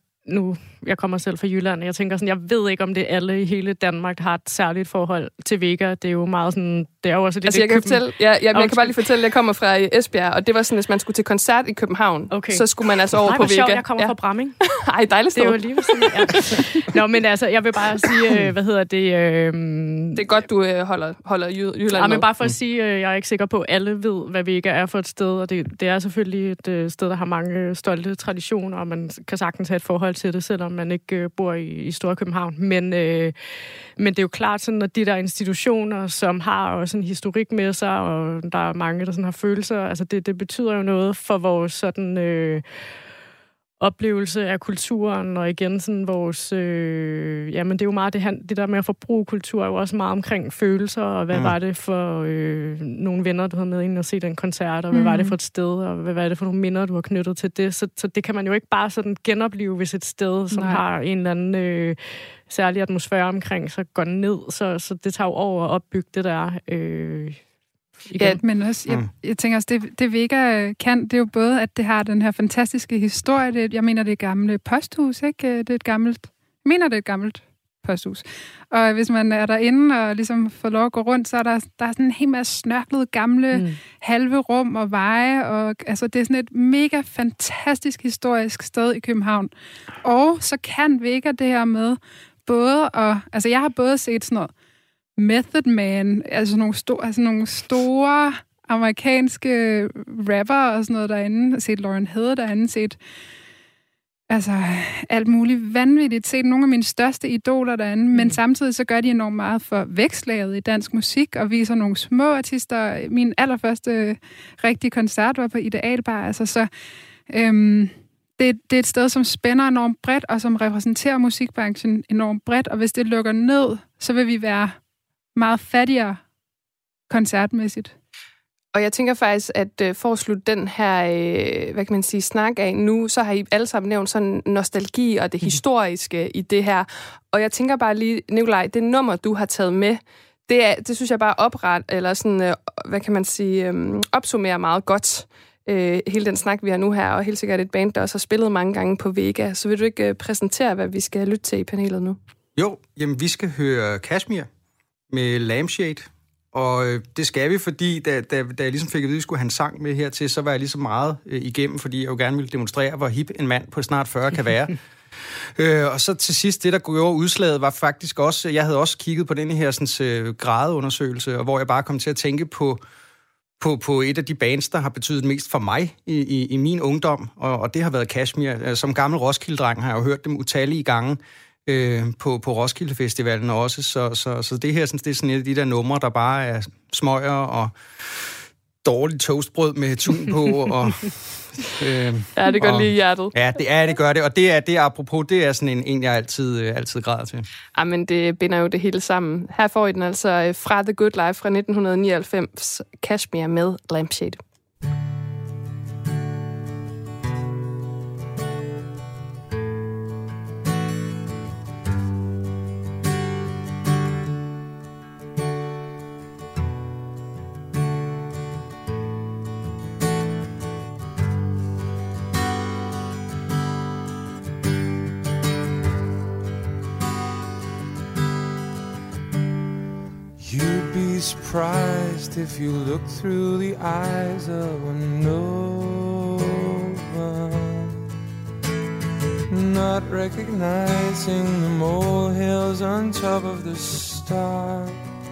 jeg kommer selv fra Jylland, og jeg tænker sådan, jeg ved ikke, om det alle i hele Danmark har et særligt forhold til Vega. Det er jo meget sådan, det er jo også det, altså, jeg kan fortælle, jeg kan bare lige fortælle, at jeg kommer fra Esbjerg, og det var sådan, hvis man skulle til koncert i København, så skulle man altså over på Vega. Sjovt, jeg kommer fra Bramming. Ej, dejligt sted. Det er jo lige ved sådan, ja. Nå, men altså, jeg vil bare sige, det er godt, du holder Jylland med. Men bare for at sige, jeg er ikke sikker på, at alle ved, hvad Vega er for et sted, og det er selvfølgelig et sted, der har mange stolte traditioner, og man kan sagtens have et forhold til det, selvom man ikke bor i Storkøbenhavn. Men det er jo klart sådan, at de der institutioner, som har også en historik med sig, og der er mange, der sådan har følelser, altså det betyder jo noget for vores sådan oplevelse af kulturen, og igen sådan vores men det er jo meget det der med at forbruge kultur, er jo også meget omkring følelser, og hvad var det for nogle venner, du havde med ind og se den koncert, og hvad var det for et sted, og hvad var det for nogle minder, du har knyttet til det, så det kan man jo ikke bare sådan genopleve, hvis et sted, som har en eller anden særlig atmosfære omkring, så går ned, så det tager jo over at opbygge det der Ja, men også, jeg tænker også, det Vega kan, det er jo både, at det har den her fantastiske historie. Jeg mener, det er et gammelt posthus, ikke? Det er et gammelt posthus. Og hvis man er derinde og ligesom får lov at gå rundt, så er der sådan en hel masse snørklede gamle halve rum og veje. Og, altså, det er sådan et mega fantastisk historisk sted i København. Og så kan Vega det her med både altså jeg har både set sådan noget Method Man, altså nogle store amerikanske rapper og sådan noget derinde, set Lauren Hill derinde, set altså alt muligt vanvittigt, set nogle af mine største idoler derinde, men samtidig så gør de enormt meget for vækstlaget i dansk musik og viser nogle små artister. Min allerførste rigtige koncert var på Idealbar, altså så det er et sted, som spænder enormt bredt og som repræsenterer musikbranchen enormt bredt, og hvis det lukker ned, så vil vi være meget fattigere koncertmæssigt. Og jeg tænker faktisk, at for at slutte den her, hvad kan man sige, snak af nu, så har I alle sammen nævnt sådan nostalgi og det historiske i det her. Og jeg tænker bare lige, Nikolaj, det nummer, du har taget med, det synes jeg bare eller sådan, hvad kan man sige, opsummerer meget godt hele den snak, vi har nu her, og helt sikkert et band, der også har spillet mange gange på Vega. Så vil du ikke præsentere, hvad vi skal lytte til i panelet nu? Jo, jamen vi skal høre Kashmir med Lampshade, og det skal vi, fordi da jeg ligesom fik at vide, at vi skulle have en sang med hertil, så var jeg ligesom meget igennem, fordi jeg jo gerne ville demonstrere, hvor hip en mand på snart 40 kan være. Og så til sidst, det der gjorde udslaget, var faktisk også, jeg havde også kigget på denne her sådan, gradeundersøgelse, og hvor jeg bare kom til at tænke på et af de bands, der har betydet mest for mig i min ungdom, og det har været Kashmir. Som gammel Roskilde-dreng har jeg jo hørt dem utallige gange, på Roskilde Festivalen også, så det her, det er sådan et af de der numre, der bare er smøger og dårligt toastbrød med tun på, og ja, det gør lige hjertet. Ja, det gør det, og det er apropos, det er sådan en jeg altid græder til. Jamen, det binder jo det hele sammen. Her får I den altså fra The Good Life fra 1999, Kashmir med Lampshade. You'd be surprised if you look through the eyes of a no one. not recognizing the molehills on top of the star.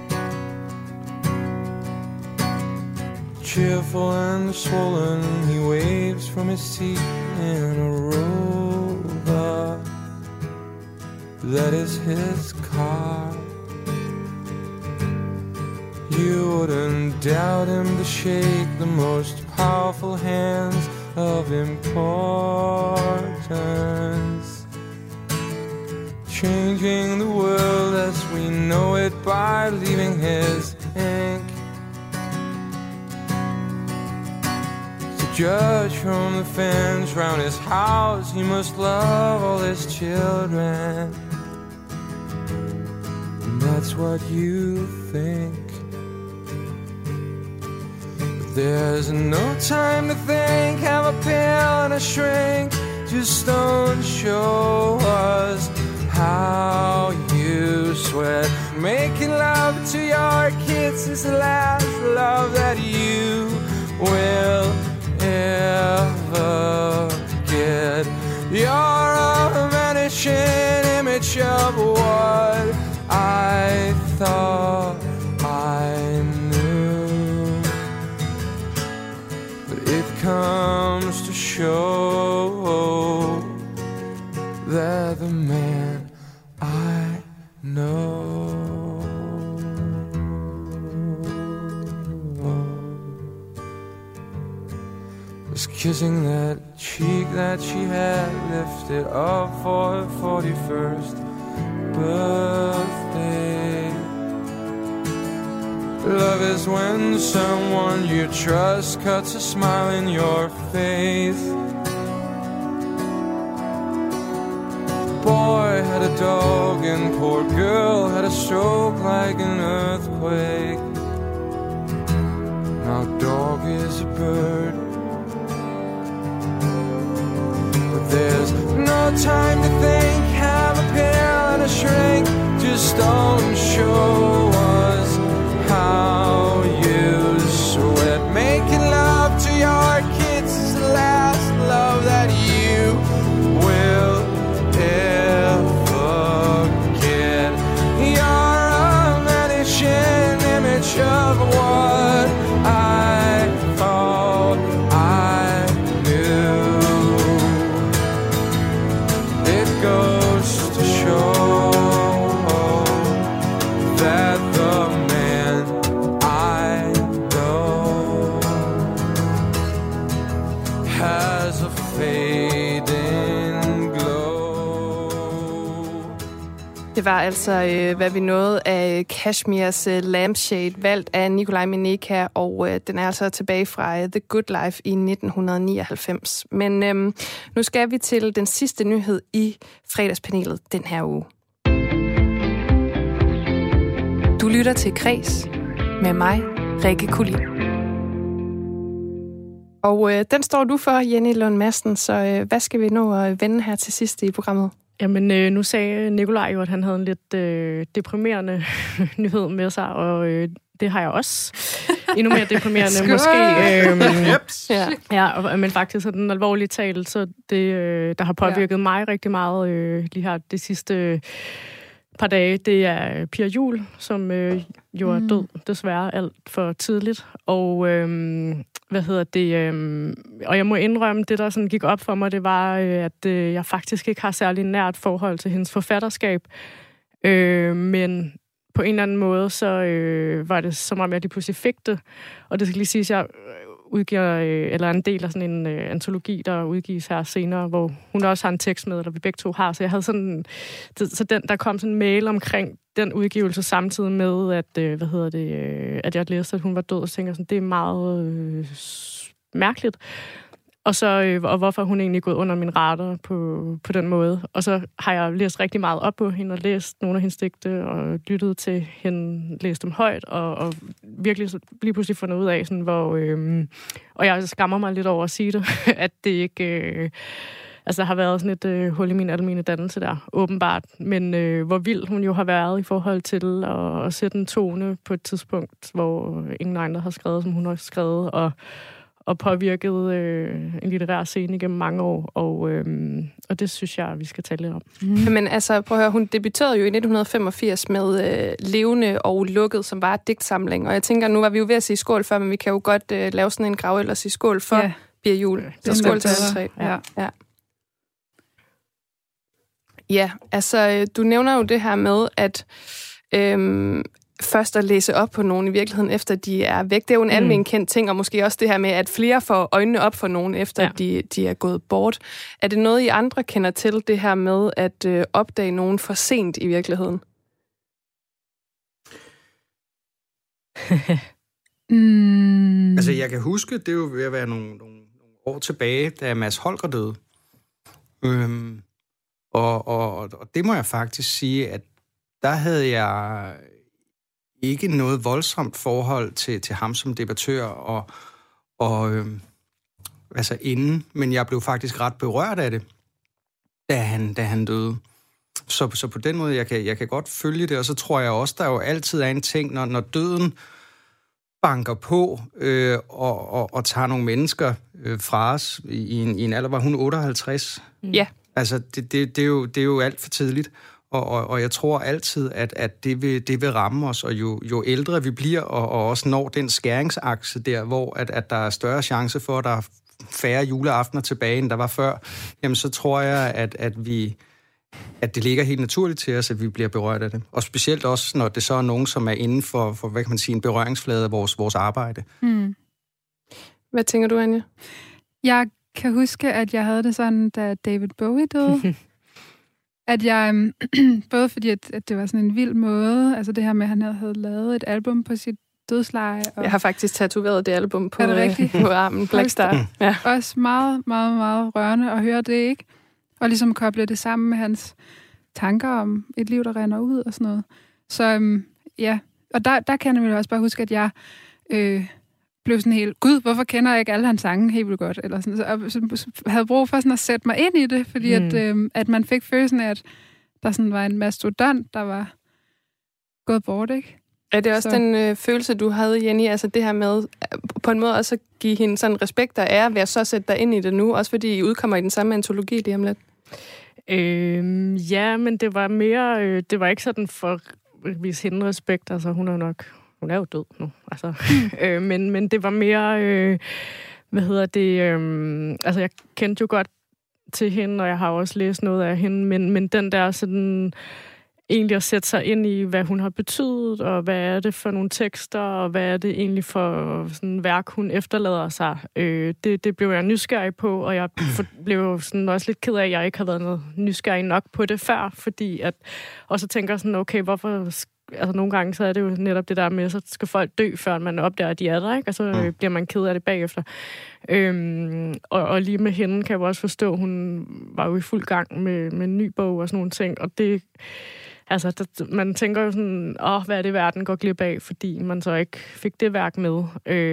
Cheerful and swollen, he waves from his seat in a Rover. That is his car. You wouldn't doubt him to shake the most powerful hands of importance, changing the world as we know it by leaving his ink. To judge from the fence round his house, he must love all his children. And that's what you think. There's no time to think, have a pill and a shrink. Just don't show us how you sweat. Making love to your kids is the last love that you will ever get. You're a vanishing image of what I thought I knew. It comes to show that the man I know was kissing that cheek that she had lifted up for her 41st birthday. Love is when someone you trust cuts a smile in your face. Boy had a dog and poor girl had a stroke like an earthquake. Now dog is a bird, but there's no time to think, have a pill and a shrink. Just don't show us how you sweat. Making love to your kids is the last love that you will ever get. You're a vanishing image of what I thought I knew. It goes to show that the man I know has a fading glow. Det var altså, hvad vi nåede af Kashmirs Lampshade, valgt af Nikolaj Mineka, og den er altså tilbage fra The Good Life i 1999. Men nu skal vi til den sidste nyhed i fredagspanelet den her uge. Du lytter til Kres med mig, Rikke Kulin. Og den står du for, Jenny Lund Madsen, så hvad skal vi nå at vende her til sidst i programmet? Jamen, nu sagde Nikolaj jo, at han havde en lidt deprimerende nyhed med sig, og det har jeg også. Endnu mere deprimerende måske. Men faktisk er den alvorlige tale, så det, der har påvirket mig rigtig meget lige her det sidste par dage, det er Pia Juul, som jo er død, desværre alt for tidligt. Og og jeg må indrømme, det der sådan gik op for mig, det var, at jeg faktisk ikke har særlig nært forhold til hendes forfatterskab. Men på en eller anden måde, så var det som om, jeg lige pludselig fik det. Og det skal lige siges, jeg udgiver, eller en del af sådan en antologi, der udgives her senere, hvor hun også har en tekst med, eller vi begge to har. Så jeg havde sådan, der kom sådan en mail omkring den udgivelse samtidig med, at, at jeg læste, at hun var død, og så tænkte jeg sådan, det er meget mærkeligt. Og så, og hvorfor hun egentlig gået under min radar på den måde. Og så har jeg læst rigtig meget op på hende, og læst nogle af hendes digte, og lyttet til hende, læst dem højt, og virkelig lige pludselig fundet ud af, sådan, hvor... og jeg skammer mig lidt over at sige det, at det ikke... der har været sådan et hul i min almene dannelse der, åbenbart. Men hvor vild hun jo har været i forhold til at sætte en tone på et tidspunkt, hvor ingen andre har skrevet, som hun har skrevet, og påvirket en litterær scene igennem mange år, og det synes jeg, vi skal tale lidt om. Men altså, prøv at høre, hun debuterede jo i 1985 med Levende og Lukket, som var et digtsamling, og jeg tænker, nu var vi jo ved at sige skål før, men vi kan jo godt lave sådan en gravøl og sige skål for Birger Juhl. Så skål til alle tre. Ja, altså, du nævner jo det her med, at først at læse op på nogen i virkeligheden, efter de er væk. Det er jo en almen kendt ting, og måske også det her med, at flere får øjnene op for nogen, efter de er gået bort. Er det noget, I andre kender til, det her med at opdage nogen for sent i virkeligheden? Altså, jeg kan huske, det er jo ved at være nogle år tilbage, da Mads Holger døde. Og det må jeg faktisk sige, at der havde jeg ikke noget voldsomt forhold til ham som debattør altså inden, men jeg blev faktisk ret berørt af det, da han døde. Så på den måde, jeg kan godt følge det, og så tror jeg også, der jo altid er en ting, når døden banker på og tager nogle mennesker fra os i en alder, var hun 58? Ja. Altså, det er jo alt for tidligt. Og jeg tror altid, at det vil ramme os, og jo ældre vi bliver, og også når den skæringsakse der, hvor at der er større chance for, at der er færre juleaftener tilbage, end der var før, jamen så tror jeg, at det ligger helt naturligt til os, at vi bliver berørt af det. Og specielt også, når det så er nogen, som er inden for hvad kan man sige, en berøringsflade af vores arbejde. Hvad tænker du, Anja? Jeg kan huske, at jeg havde det sådan, da David Bowie døde. At jeg, både fordi, at det var sådan en vild måde, altså det her med, at han havde lavet et album på sit dødsleje. Og jeg har faktisk tatoveret det album på armen, Black Star. Ja. Også meget, meget, meget rørende at høre det, ikke? Og ligesom koble det sammen med hans tanker om et liv, der render ud og sådan noget. Så ja, og der kan jeg også bare huske, at jeg blev sådan helt, gud, hvorfor kender jeg ikke alle hans sange helt vildt godt? Eller sådan, så havde brug for sådan at sætte mig ind i det, fordi at man fik følelsen af, at der sådan var en mastodont, der var gået bort, ikke? Er det også den følelse, du havde, Jenny, altså det her med på en måde også at give hende sådan respekt og ære ved at så sætte dig ind i det nu, også fordi I udkommer i den samme antologi lige om lidt? Ja, men det var mere, det var ikke sådan for at vise hende respekt, altså hun er jo død nu, altså. Men det var mere, altså jeg kendte jo godt til hende, og jeg har også læst noget af hende, men den der sådan egentlig at sætte sig ind i, hvad hun har betydet, og hvad er det for nogle tekster, og hvad er det egentlig for sådan værk, hun efterlader sig. Det blev jeg nysgerrig på, og jeg blev sådan også lidt ked af, at jeg ikke har været noget nysgerrig nok på det før, fordi at, og så tænker jeg sådan, okay, hvorfor. Altså nogle gange, så er det jo netop det der med, så skal folk dø, før man opdager, at de er der, ikke? Og så bliver man ked af det bagefter. Og lige med hende kan jeg også forstå, hun var jo i fuld gang med en ny bog og sådan nogle ting, og det, altså, man tænker jo sådan, hvad er det, verden går glip af, fordi man så ikke fik det værk med.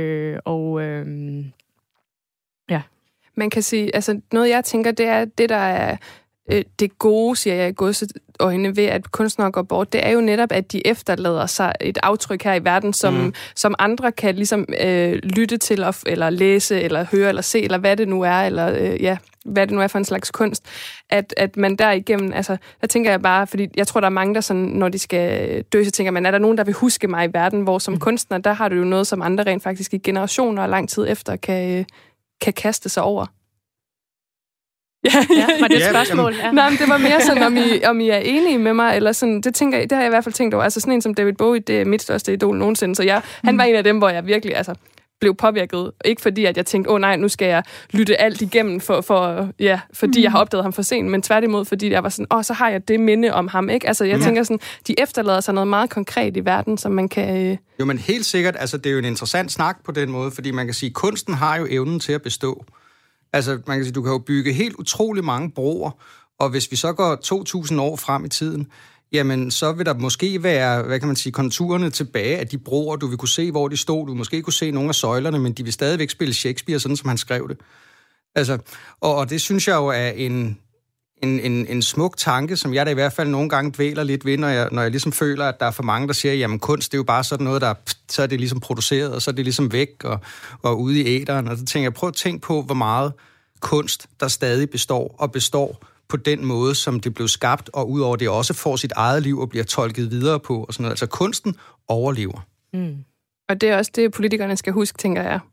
Ja. Man kan sige, altså noget jeg tænker, det er det, der er det gode, siger jeg i godsøjne, ved at kunstnere går bort, det er jo netop, at de efterlader sig et aftryk her i verden, som andre kan ligesom lytte til, eller læse, eller høre, eller se, eller hvad det nu er, eller hvad det nu er for en slags kunst, at man derigennem, altså, der tænker jeg bare, fordi jeg tror, der er mange, der sådan, når de skal dø, så tænker man, er der nogen, der vil huske mig i verden, hvor som kunstner, der har du jo noget, som andre rent faktisk i generationer og lang tid efter kan kaste sig over. Ja, var det et spørgsmål? Ja. Nej, men det var mere sådan, om I er enige med mig, eller sådan, det har jeg i hvert fald tænkt over. Altså sådan en som David Bowie, det er mit største idol nogensinde, så han var en af dem, hvor jeg virkelig blev påvirket. Ikke fordi, at jeg tænkte, nej, nu skal jeg lytte alt igennem, fordi jeg har opdaget ham for sent, men tværtimod, fordi jeg var sådan, så har jeg det minde om ham, ikke? Altså, jeg tænker sådan, de efterlader sig noget meget konkret i verden, som man kan. Jo, men helt sikkert, altså, det er jo en interessant snak på den måde, fordi man kan sige, kunsten har jo evnen til at bestå. Altså, man kan sige, du kan jo bygge helt utrolig mange broer, og hvis vi så går 2.000 år frem i tiden, jamen, så vil der måske være, hvad kan man sige, konturerne tilbage af de broer, du vil kunne se, hvor de stod. Du måske kunne se nogle af søjlerne, men de vil stadigvæk spille Shakespeare, sådan som han skrev det. Altså, og det synes jeg jo er en en smuk tanke, som jeg da i hvert fald nogle gange dvæler lidt ved, når jeg ligesom føler, at der er for mange, der siger, jamen kunst, det er jo bare sådan noget, så er det ligesom produceret, og så er det ligesom væk og ude i æteren. Og så tænker jeg, prøv at tænke på, hvor meget kunst, der stadig består på den måde, som det blev skabt, og udover det også får sit eget liv og bliver tolket videre på, og sådan noget. Altså kunsten overlever. Mm. Og det er også det, politikerne skal huske, tænker jeg.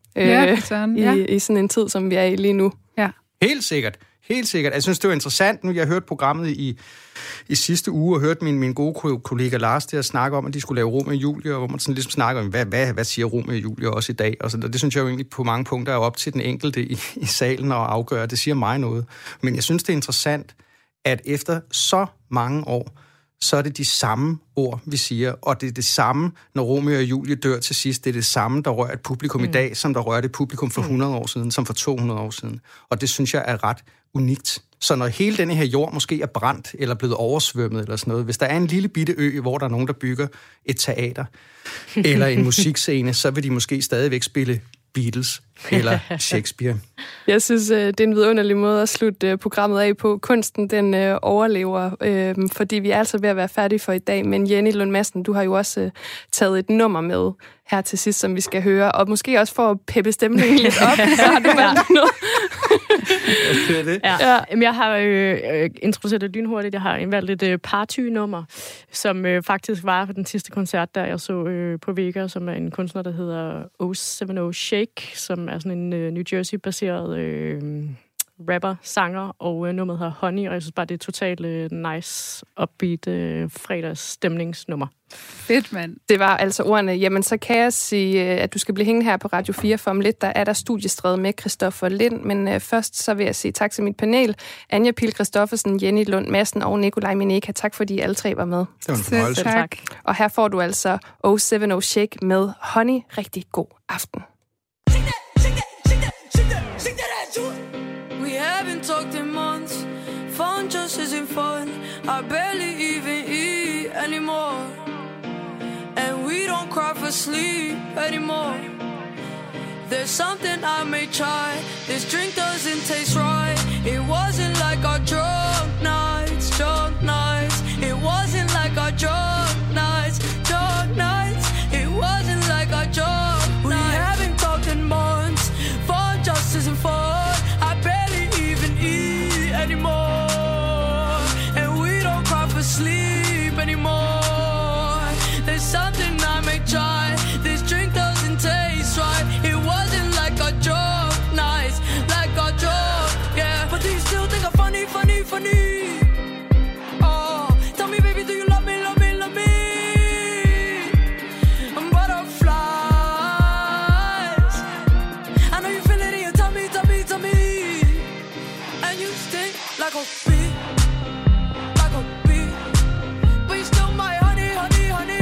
I sådan en tid, som vi er i lige nu. Ja. Helt sikkert. Helt sikkert. Jeg synes, det var interessant. Nu, jeg hørte programmet i sidste uge, og hørte min gode kollega Lars der snakke om, at de skulle lave Romeo og Julie, og hvor man sådan ligesom snakker om, hvad siger Romeo og Julie også i dag? Og sådan, det synes jeg jo egentlig på mange punkter er op til den enkelte i salen at afgøre. Det siger mig noget. Men jeg synes, det er interessant, at efter så mange år, så er det de samme ord, vi siger, og det er det samme, når Romeo og Julie dør til sidst. Det er det samme, der rører et publikum i dag, som der rører et publikum for 100 år siden, som for 200 år siden. Og det synes jeg er ret unikt. Så når hele denne her jord måske er brændt, eller blevet oversvømmet, eller sådan noget, hvis der er en lille bitte ø, hvor der er nogen, der bygger et teater, eller en musikscene, så vil de måske stadigvæk spille Beatles eller Shakespeare. Jeg synes, det er en vidunderlig måde at slutte programmet af på. Kunsten, den overlever, fordi vi er altså ved at være færdige for i dag. Men Jenny Lund Madsen, du har jo også taget et nummer med her til sidst, som vi skal høre. Og måske også for at peppe stemningen lidt op, så har du valgt noget. Det er det. Ja. Jeg har introduceret det lynhurtigt. Jeg har valgt et Party-nummer, som faktisk var på den sidste koncert, der jeg så på Vega, som er en kunstner, der hedder 070 Shake, som er sådan en New Jersey-baseret rapper, sanger, og nummeret hedder Honey, og jeg synes bare, det er totalt nice, upbeat fredagsstemningsnummer. Fedt, mand. Det var altså ordene. Jamen, så kan jeg sige, at du skal blive hængende her på Radio 4 for om lidt. Der er der Studiestræde med Christoffer Lind, men først så vil jeg sige tak til mit panel. Anja Pihl Christoffersen, Jenny Lund Madsen og Nikolaj Mineka. Tak fordi alle tre var med. Det var en fornøjelse. Tak. Og her får du altså 070 Shake med Honey. Rigtig god aften. We haven't talked in months. Phone just isn't fun. I barely even eat anymore. And we don't cry for sleep anymore. There's something I may try. This drink doesn't taste right. It wasn't like our drunk nights, drunk nights. It wasn't like our drunk nights, drunk nights. It wasn't like our drunk nights. We haven't talked in months. Phone just isn't fun. I barely even eat anymore. And we don't cry for sleep anymore. There's something I may try. This drink doesn't taste right. It wasn't like a drunk nights, like a drunk, yeah. But do you still think I'm funny, funny, funny? Oh, tell me, baby, do you love me, love me, love me? I'm butterflies. I know you feel it in your tummy, tummy, tummy. And you stink like a bee, like a bee. But you still my honey, honey, honey.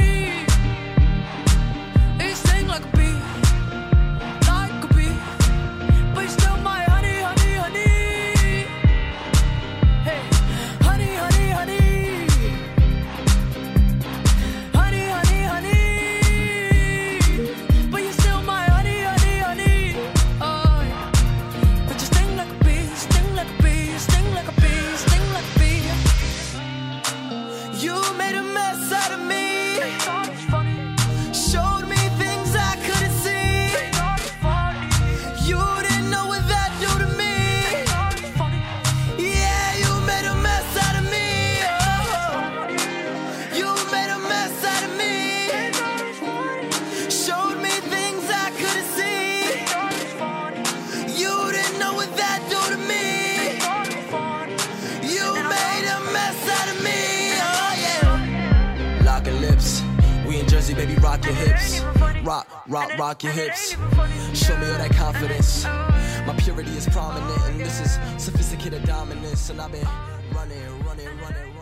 You stink like a bee, like a bee. But you still my honey, honey, honey. Hey, honey, honey, honey. Honey, honey, honey. But you still my honey, honey, honey. Oh, but you sting like a bee, sting like a bee, sting like a bee, sting like a bee. You made a mess out of me. Showed me things I couldn't see. You didn't know what that do to me. Yeah, you made a mess out of me. Oh, you made a mess out of me. Showed me things I couldn't see. You didn't know what that do to me. You made a mess out of me. Oh yeah. Locking lips. We in Jersey, baby, rock your hips. Rock, rock, rock your hips. Show me all that confidence. My purity is prominent, and this is sophisticated dominance. And I've been running, running, running,